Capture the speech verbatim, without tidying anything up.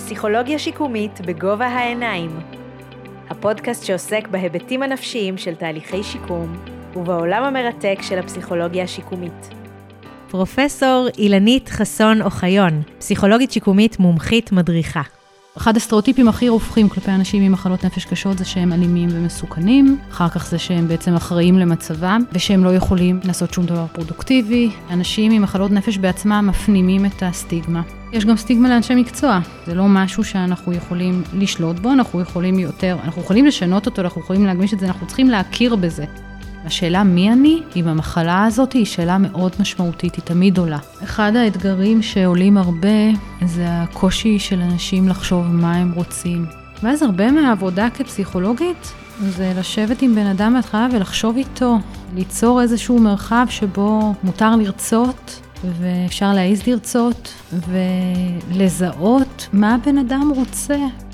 פסיכולוגיה שיקומית בגובה העיניים. הפודקאסט שעוסק בהיבטים הנפשיים של תהליכי שיקום ובעולם המרתק של הפסיכולוגיה השיקומית. פרופסור אילנית חסון אוחיון, פסיכולוגית שיקומית מומחית מדריכה. אחד הסטריאוטיפים הכי רווחים כלפי אנשים עם מחלות נפש קשות זה שהם אלימים ומסוכנים, אחר כך זה שהם בעצם אחראים למצבם, ושהם לא יכולים לעשות שום דבר פרודוקטיבי. אנשים עם מחלות נפש בעצמם מפנימים את הסטיגמה. יש גם סטיגמה לאנשי מקצוע, זה לא משהו שאנחנו יכולים לשלוט בו, אנחנו יכולים יותר, אנחנו יכולים לשנות אותו, אנחנו יכולים להגמיש את זה, אנחנו צריכים להכיר בזה. השאלה מי אני עם המחלה הזאת היא שאלה מאוד משמעותית, היא תמיד עולה. אחד האתגרים שעולים הרבה זה הקושי של אנשים לחשוב מה הם רוצים. ואז הרבה מהעבודה כפסיכולוגית זה לשבת עם בן אדם בהתחלה ולחשוב איתו, ליצור איזשהו מרחב שבו מותר לרצות ואפשר להעיז לרצות ולזהות מה הבן אדם רוצה.